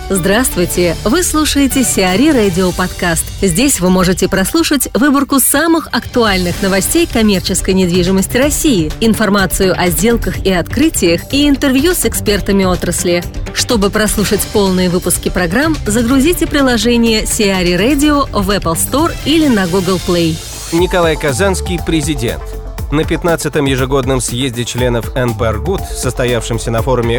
Здравствуйте! Вы слушаете Сиари Радио Подкаст. Здесь вы можете прослушать выборку самых актуальных новостей коммерческой недвижимости России, информацию о сделках и открытиях и интервью с экспертами отрасли. Чтобы прослушать полные выпуски программ, загрузите приложение Сиари Radio в Apple Store или на Google Play. Николай Казанский, президент. На 15-м ежегодном съезде членов НПРГУТ, состоявшемся на форуме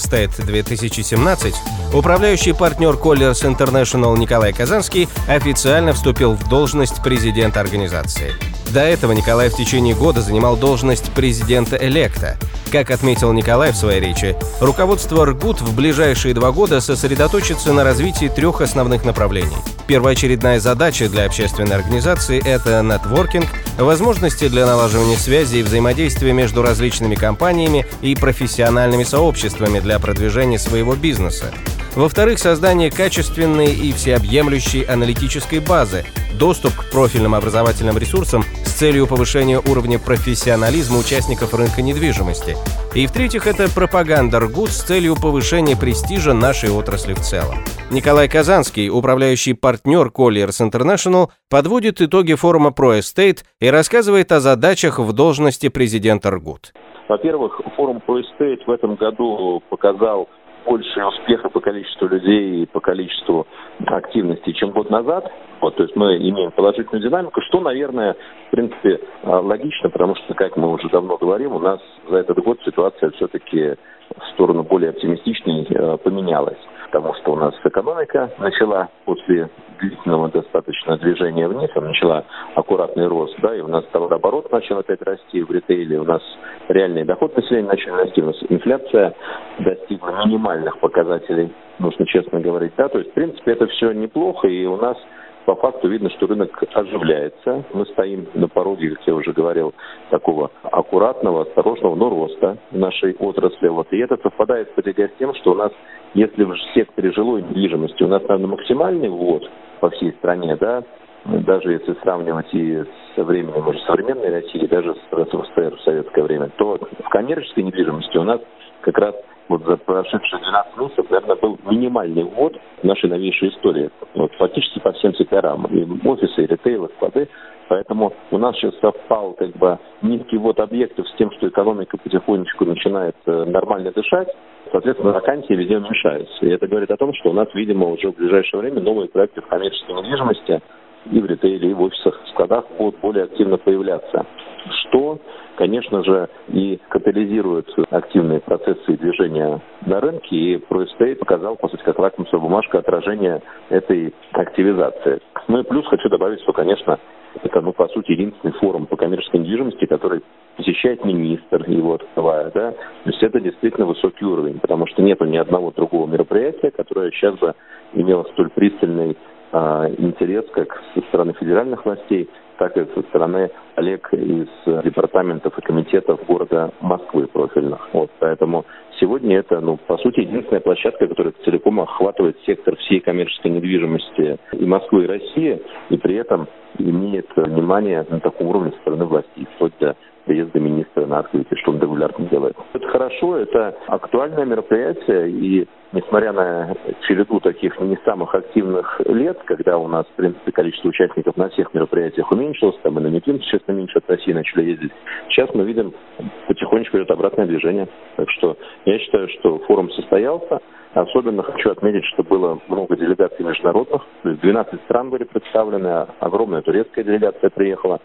ProEstate-2017, управляющий партнер Colliers International Николай Казанский официально вступил в должность президента организации. До этого Николай в течение года занимал должность президента-электа. Как отметил Николай в своей речи, руководство РГУТ в ближайшие 2 года сосредоточится на развитии 3 основных направлений. Первоочередная задача для общественной организации – это нетворкинг, возможности для налаживания связи и взаимодействия между различными компаниями и профессиональными сообществами для продвижения своего бизнеса. Во-вторых, создание качественной и всеобъемлющей аналитической базы, доступ к профильным образовательным ресурсам с целью повышения уровня профессионализма участников рынка недвижимости. И в-третьих, это пропаганда РГУТ с целью повышения престижа нашей отрасли в целом. Николай Казанский, управляющий партнер Colliers International, подводит итоги форума ProEstate и рассказывает о задачах в должности президента РГУТ. Во-первых, форум ProEstate в этом году показал большие успехи по количеству людей и по количеству активности, чем год назад. То есть мы имеем положительную динамику, что, наверное, в принципе, логично, потому что, как мы уже давно говорим, у нас за этот год ситуация все-таки в сторону более оптимистичной поменялась. Потому что у нас экономика начала после длительного достаточно движения вниз, она начала аккуратный рост, и у нас товарооборот начал опять расти в ритейле, у нас реальный доход населения начал расти, у нас инфляция достигла минимальных показателей, нужно честно говорить, то есть, в принципе, это все неплохо, и у нас по факту видно, что рынок оживляется. Мы стоим на пороге, как я уже говорил, такого аккуратного, осторожного, но роста в нашей отрасли. И это совпадает с тем, что у нас, если в секторе жилой недвижимости у нас, наверное, максимальный ввод по всей стране, даже если сравнивать и со временем уже современной России, даже с РСФСР в советское время, то в коммерческой недвижимости у нас как раз за прошедшие 12 месяцев, наверное, был минимальный ввод в нашей новейшей истории. Фактически по всем секторам. И офисы, и ритейл, и склады. Поэтому у нас сейчас совпал низкий ввод объектов с тем, что экономика потихонечку начинает нормально дышать. Соответственно, вакансии везде уменьшаются. И это говорит о том, что у нас, видимо, уже в ближайшее время новые проекты в коммерческой недвижимости и в ритейле, и в офисах, в складах будут более активно появляться. Что, конечно же, и катализирует активные процессы и движения на рынке, и ProEstate показал, по сути, как лакмусовая бумажка отражение этой активизации. Ну и плюс хочу добавить, что, конечно, это, по сути, единственный форум по коммерческой недвижимости, который посещает министр, его открывая, То есть это действительно высокий уровень, потому что нету ни одного другого мероприятия, которое сейчас бы имело столь пристальный интерес как со стороны федеральных властей, так и со стороны коллег из департаментов и комитетов города Москвы профильных. Поэтому сегодня это, по сути, единственная площадка, которая целиком охватывает сектор всей коммерческой недвижимости и Москвы, и России, и при этом имеет внимание на таком уровне со стороны властей, вплоть до приезда министра на открытие, что он регулярно делает. Это хорошо, это актуальное мероприятие, и несмотря на череду таких не самых активных лет, когда у нас, в принципе, количество участников на всех мероприятиях уменьшилось, и на Митинг, честно, меньше от России начали ездить, сейчас мы видим, потихонечку идет обратное движение. Так что я считаю, что форум состоялся. Особенно хочу отметить, что было много делегаций международных, то есть 12 стран были представлены, огромная турецкая делегация приехала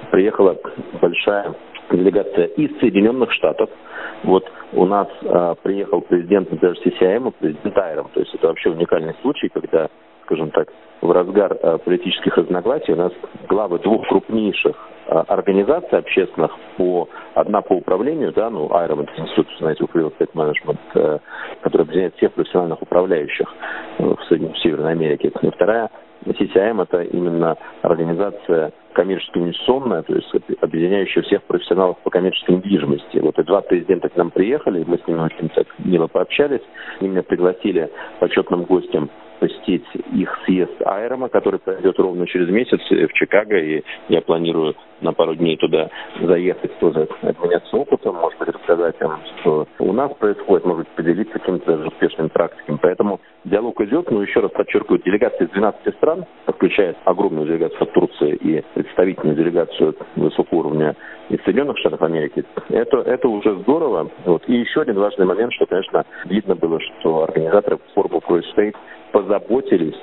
большая делегация из Соединенных Штатов. У нас приехал президент CCIM, президент Айром, то есть это вообще уникальный случай, когда, скажем так, в разгар политических разногласий у нас главы 2 крупнейших организаций общественных, одна по управлению, Айром, это институт, в Real Estate Management, который объединяет всех профессиональных управляющих в Северной Америке. И вторая, CCIM, это именно организация коммерческо-инвестиционная, то есть объединяющая всех профессионалов по коммерческой недвижимости. И 2 президента к нам приехали, мы с ними очень так мило пообщались. Они меня пригласили почетным гостем посетить их съезд Айрома, который пройдет ровно через месяц в Чикаго, и я планирую на пару дней туда заехать, тоже обменяться опытом, может быть, рассказать им, что у нас происходит, может быть, поделиться какими-то даже успешными практиками. Поэтому диалог идет, но еще раз подчеркиваю, делегации из 12 стран, включая огромную делегацию от Турции и представительную делегацию высокого уровня из Соединенных Штатов Америки, это уже здорово. Вот. И еще один важный момент, что, конечно, видно было, что организаторы форума ProEstate позаботились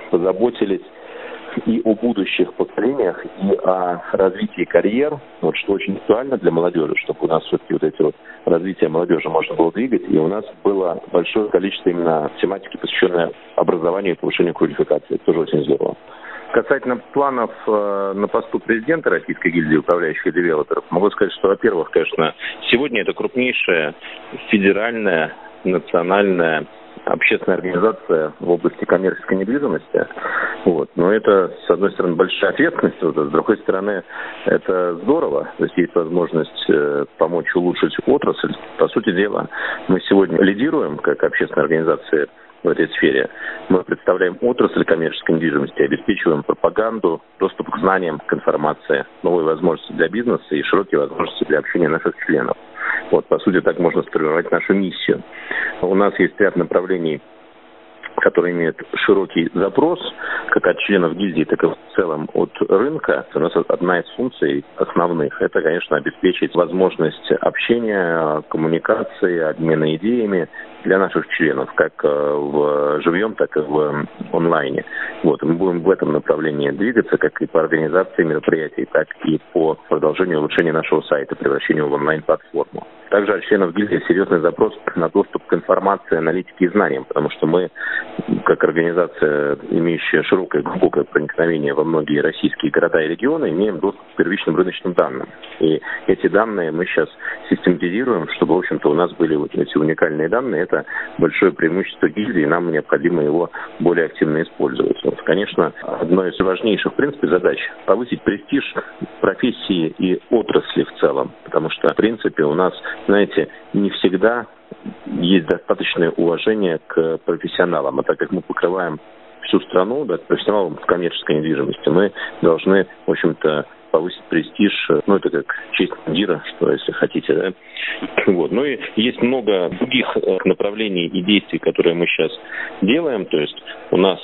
и о будущих поколениях, и о развитии карьер, вот, что очень актуально для молодежи, чтобы у нас все-таки вот эти вот развитие молодежи можно было двигать, и у нас было большое количество именно тематики, посвященной образованию и повышению квалификации. Это тоже очень здорово. Касательно планов на посту президента Российской гильдии управляющих и девелоперов, могу сказать, что, во-первых, конечно, сегодня это крупнейшая федеральная, национальная общественная организация в области коммерческой недвижимости. Вот. Но это, с одной стороны, большая ответственность, с другой стороны, это здорово. То есть есть возможность помочь улучшить отрасль. По сути дела, мы сегодня лидируем как общественная организация в этой сфере. Мы представляем отрасль коммерческой недвижимости, обеспечиваем пропаганду, доступ к знаниям, к информации, новые возможности для бизнеса и широкие возможности для общения наших членов. Вот, по сути, так можно сформировать нашу миссию. У нас есть ряд направлений, которые имеют широкий запрос, как от членов гильдии, так и в целом от рынка. У нас одна из функций основных – это, конечно, обеспечить возможность общения, коммуникации, обмена идеями для наших членов, как в живьем, так и в онлайне. Вот, мы будем в этом направлении двигаться, как и по организации мероприятий, так и по продолжению улучшения нашего сайта, превращению в онлайн-платформу. Также от членов гильдии серьезный запрос на доступ к информации, аналитике и знаниям, потому что мы, как организация, имеющая широкое, глубокое проникновение во многие российские города и регионы, имеем доступ к первичным рыночным данным. И эти данные мы сейчас систематизируем, чтобы, в общем-то, у нас были вот эти уникальные данные. Это большое преимущество гильдии, и нам необходимо его более активно использовать. Вот, конечно, одной из важнейших, в принципе, задач – повысить престиж профессии и отрасли в целом, потому что, в принципе, у нас, знаете, не всегда есть достаточное уважение к профессионалам. А так как мы покрываем всю страну, да, профессионалам в коммерческой недвижимости, мы должны, в общем-то, повысить престиж, ну, это как честь мундира, что, если хотите, да. Вот. Ну, и есть много других направлений и действий, которые мы сейчас делаем. То есть у нас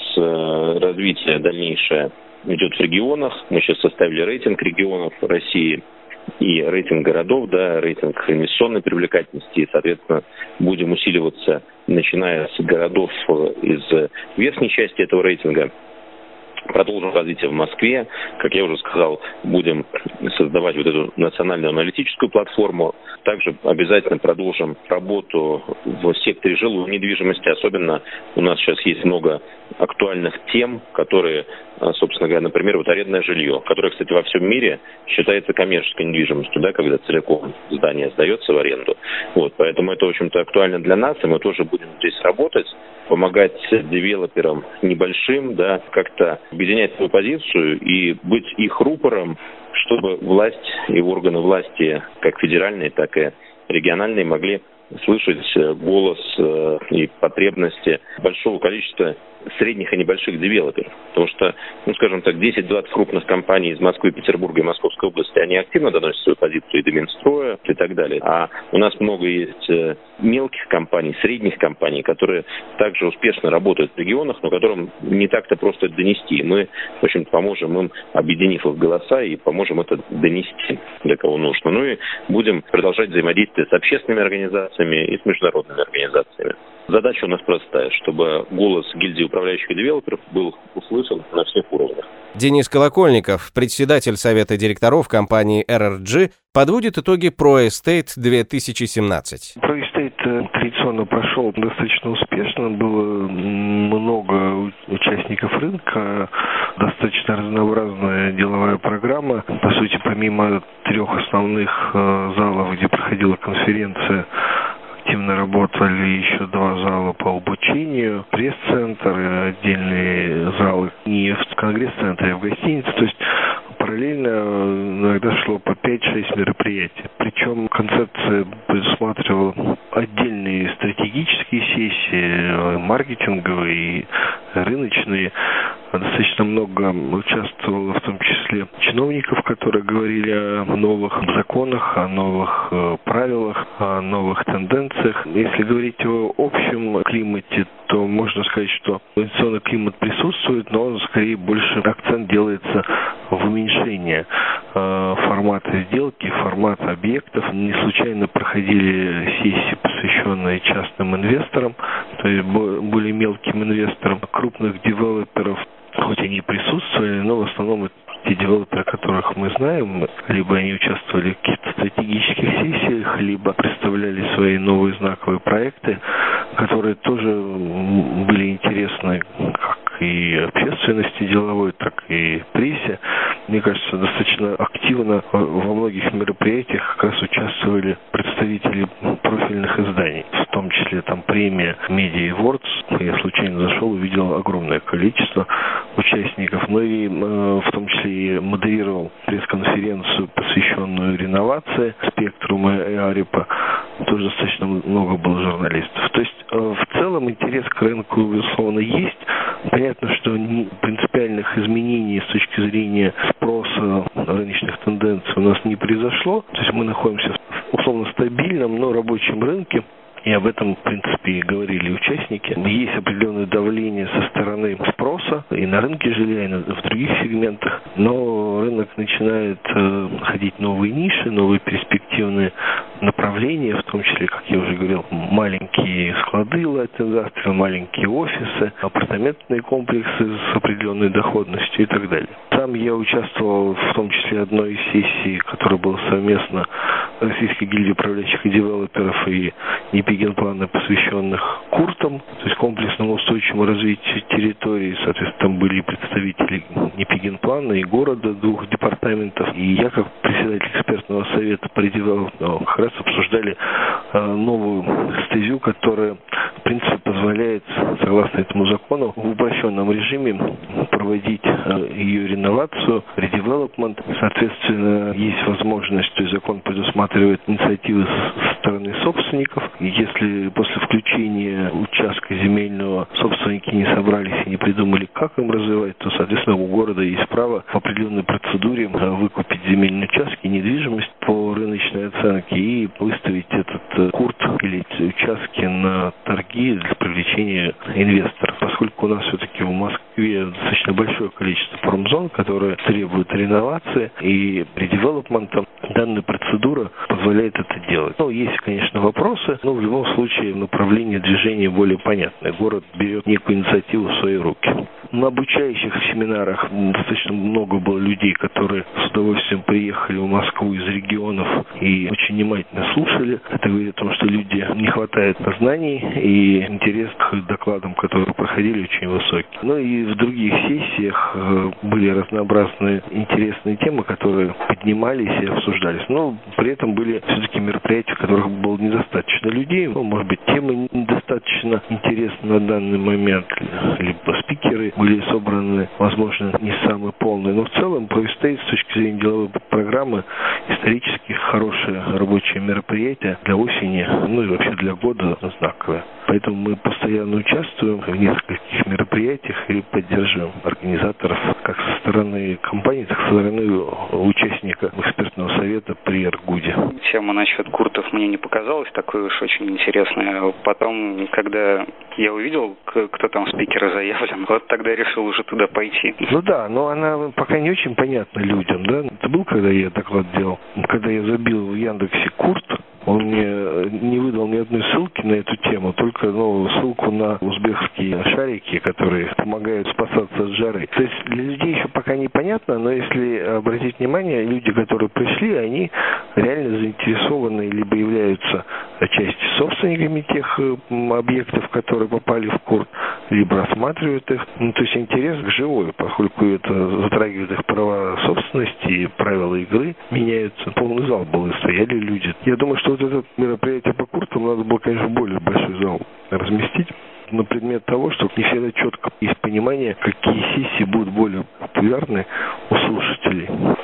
развитие дальнейшее идет в регионах. Мы сейчас составили рейтинг регионов России и рейтинг городов, да, рейтинг инвестиционной привлекательности, и, соответственно, будем усиливаться, начиная с городов из верхней части этого рейтинга. Продолжим развитие в Москве. Как я уже сказал, будем создавать вот эту национальную аналитическую платформу. Также обязательно продолжим работу в секторе жилой недвижимости. Особенно у нас сейчас есть много актуальных тем, которые, собственно говоря, например, вот арендное жилье, которое, кстати, во всем мире считается коммерческой недвижимостью, да, когда целиком здание сдается в аренду. Вот, поэтому это, в общем-то, актуально для нас, и мы тоже будем здесь работать, помогать девелоперам небольшим, да, как-то объединять свою позицию и быть их рупором, чтобы власть и органы власти, как федеральные, так и региональные, могли слышать голос и потребности большого количества средних и небольших девелоперов. Потому что, ну, скажем так, 10-20 крупных компаний из Москвы, Петербурга и Московской области, они активно доносят свою позицию и до Минстроя и так далее. А у нас много есть мелких компаний, средних компаний, которые также успешно работают в регионах, но которым не так-то просто донести. Мы, в общем-то, поможем им, объединив их голоса, и поможем это донести для кого нужно. Ну и будем продолжать взаимодействие с общественными организациями и с международными организациями. Задача у нас простая, чтобы голос гильдии управляющих и девелоперов был услышан на всех уровнях. Денис Колокольников, председатель совета директоров компании RRG, подводит итоги ProEstate 2017. ProEstate традиционно прошел достаточно успешно, было много участников рынка, достаточно разнообразная деловая программа. По сути, помимо 3 основных залов, где проходила конференция, активно работали еще 2 зала по обучению, пресс-центр, отдельные залы не в конгресс-центре, а в гостинице. То есть параллельно иногда шло по 5-6 мероприятий. Причем концепция предусматривала отдельные стратегические сессии, маркетинговые, рыночные. Достаточно много участвовало, в том числе чиновников, которые говорили о новых законах, о новых правилах, о новых тенденциях. Если говорить о общем климате, то можно сказать, что инвестиционный климат присутствует, но он скорее больше акцент делается в уменьшении формата сделки, формата объектов. Не случайно проходили сессии, посвященные частным инвесторам, то есть более мелким инвесторам, крупных девелоперов. Хоть они и присутствовали, но в основном это те девелоперы, которых мы знаем, либо они участвовали в каких-то стратегических сессиях, либо представляли свои новые знаковые проекты, которые тоже были интересны как и общественности деловой, так и прессе. Мне кажется, достаточно активно во многих мероприятиях как раз участвовали представители профильных изданий, в том числе там премия Media Awards. Я случайно зашел, увидел огромное количество участников, но и в том числе и модерировал пресс-конференцию, посвященную реновации Спектрума и Арипа. Тоже достаточно много было журналистов. То есть в целом интерес к рынку, безусловно, есть. Понятно, что принципиальных изменений с точки зрения спроса, рыночных тенденций у нас не произошло. То есть мы находимся в условно стабильном, но рабочем рынке. И об этом, в принципе, и говорили участники. Есть определенное давление со стороны спроса и на рынке жилья, и в других сегментах. Но рынок начинает ходить новые ниши, новые перспективные направления, в том числе, как я уже говорил, маленькие склады light industrial, маленькие офисы, апартаментные комплексы с определенной доходностью и так далее. Сам я участвовал в том числе одной из сессий, которая была совместно Российской гильдии управляющих и девелоперов и НИПИ генплана, посвященных КУРТам, то есть комплексному устойчивому развитию территории. Соответственно, там были представители НИПИ генплана и города, двух департаментов. И я, как председатель экспертного совета по редевелопменту, как раз обсуждали новую стезю, которая, в принципе, позволяет, согласно этому закону, в упрощенном режиме проводить ее реновацию, редевелопмент. Соответственно, есть возможность, то есть закон предусматривает инициативы со стороны собственников. Если после включения участка земельного собственники не собрались и не придумали, как им развивать, то, соответственно, у города есть право в определенной процедуре выкупить земельные участки, недвижимость по рыночной оценке и выставить этот КУРТ или эти участки на торги для привлечения инвесторов. Поскольку у нас все-таки в Москве достаточно большое количество промзон, которые требуют реновации и редевелопмента, данная процедура позволяет это делать. Ну, есть, конечно, вопросы, но в любом случае направление движения более понятное. Город берет некую инициативу в свои руки. На обучающих семинарах достаточно много было людей, которые с удовольствием приехали в Москву из регионов и очень внимательно слушали. Это говорит о том, что люди не хватает знаний и интерес к докладам, которые проходили, очень высокий. Ну и в других сессиях были разнообразные интересные темы, которые поднимались и обсуждались. Но при этом были все-таки мероприятия, в которых было недостаточно людей. Ну, может быть, темы недостаточно интересны на данный момент, либо спикеры были собраны, возможно, не самые полные. Но в целом ProEstate с точки зрения деловой программы исторически хорошее рабочее мероприятие для осени, ну и вообще для года знаковое. Поэтому мы постоянно участвуем в нескольких мероприятиях и поддерживаем организаторов как со стороны компании, так и со стороны участника экспертного совета при РГУДе. Тема насчет куртов мне не показалась такой уж очень интересной. Потом, когда я увидел, кто там спикеры заявлен, вот тогда решил уже туда пойти. Ну да, но она пока не очень понятна людям, да? Это был, когда я доклад делал? Когда я забил в Яндексе «Курт», он мне не выдал ни одной ссылки на эту тему, только ссылку на узбекские шарики, которые помогают спасаться от жары. То есть для людей еще пока непонятно, но если обратить внимание, люди, которые пришли, они реально заинтересованы, либо являются отчасти собственниками тех объектов, которые попали в КУРТ, либо рассматривают их. Ну, то есть интерес к живой, поскольку это затрагивает их права собственности и правила игры меняются. Полный зал был, и стояли люди. Я думаю, что вот это мероприятие по куртам надо было, конечно, более большой зал разместить на предмет того, что не всегда четко есть понимание, какие сессии будут более популярны у слушателей.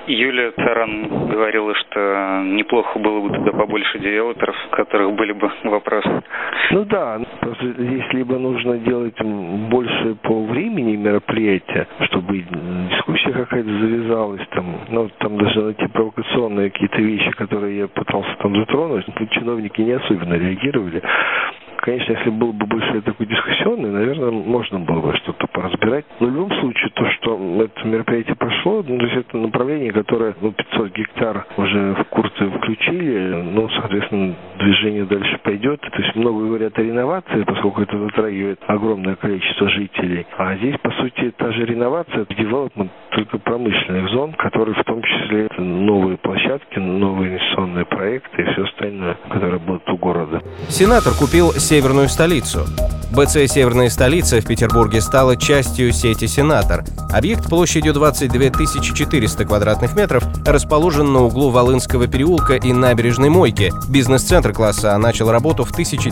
Юлия Царан говорила, что неплохо было бы туда побольше девелоперов, у которых были бы вопросы. Ну да, просто здесь либо нужно делать больше по времени мероприятия, чтобы дискуссия какая-то завязалась, там даже найти провокационные какие-то вещи, которые я пытался там затронуть, чиновники не особенно реагировали. Конечно, если был бы больше такой дискуссионный, наверное, можно было бы что-то поразбирать. Но в любом случае, то, что это мероприятие прошло, то есть это направление, которое 500 гектар уже в курсы включили, соответственно, движение дальше пойдет. То есть много говорят о реновации, поскольку это затрагивает огромное количество жителей. А здесь, по сути, та же реновация, девелопмент только промышленных зон, которые в том числе это новые площадки, новые инвестиционные проекты и все остальное, которое будут у города. Сенатор купил северную столицу. БЦ «Северная столица» в Петербурге стала частью сети «Сенатор». Объект площадью 22 400 квадратных метров расположен на углу Волынского переулка и Набережной Мойки. Бизнес-центр класса А начал работу в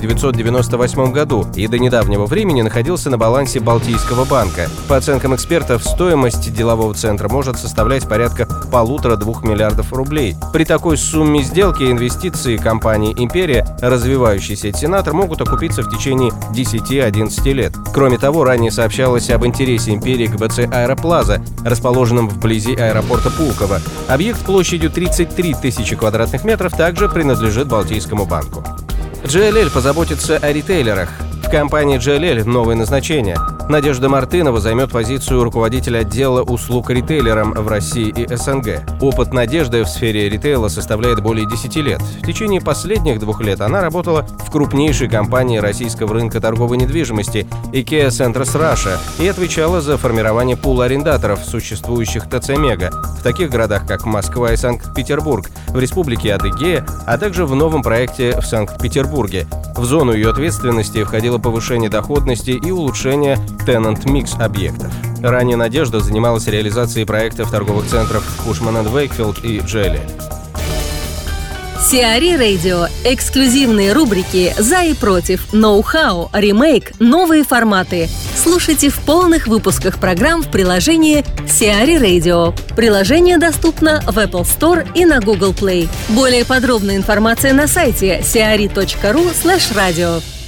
1998 году и до недавнего времени находился на балансе Балтийского банка. По оценкам экспертов, стоимость делового центра может составлять порядка 1,5–2 миллиардов рублей. При такой сумме сделки инвестиции компании «Империя», развивающей сеть «Сенатор», могут окупиться в течение 10–11 лет. Кроме того, ранее сообщалось об интересе «Империи» к БЦ «Аэроплаза», расположенном вблизи аэропорта Пулково. Объект площадью 33 тысячи квадратных метров также принадлежит Балтийскому банку. JLL позаботится о ритейлерах. В компании JLL новое назначение. Надежда Мартынова займет позицию руководителя отдела услуг ритейлерам в России и СНГ. Опыт Надежды в сфере ритейла составляет более 10 лет. В течение последних 2 лет она работала в крупнейшей компании российского рынка торговой недвижимости IKEA Centers Russia и отвечала за формирование пула арендаторов существующих ТЦ Мега в таких городах, как Москва и Санкт-Петербург, в Республике Адыгея, а также в новом проекте в Санкт-Петербурге. В зону ее ответственности входило повышение доходности и улучшение tenant-mix объектов. Ранее Надежда занималась реализацией проектов торговых центров Cushman & Wakefield и JLL. CRE Radio. Эксклюзивные рубрики «За и против», «Ноу-хау», «Ремейк», «Новые форматы». Слушайте в полных выпусках программ в приложении CRE Radio. Приложение доступно в Apple Store и на Google Play. Более подробная информация на сайте cre.ru/radio.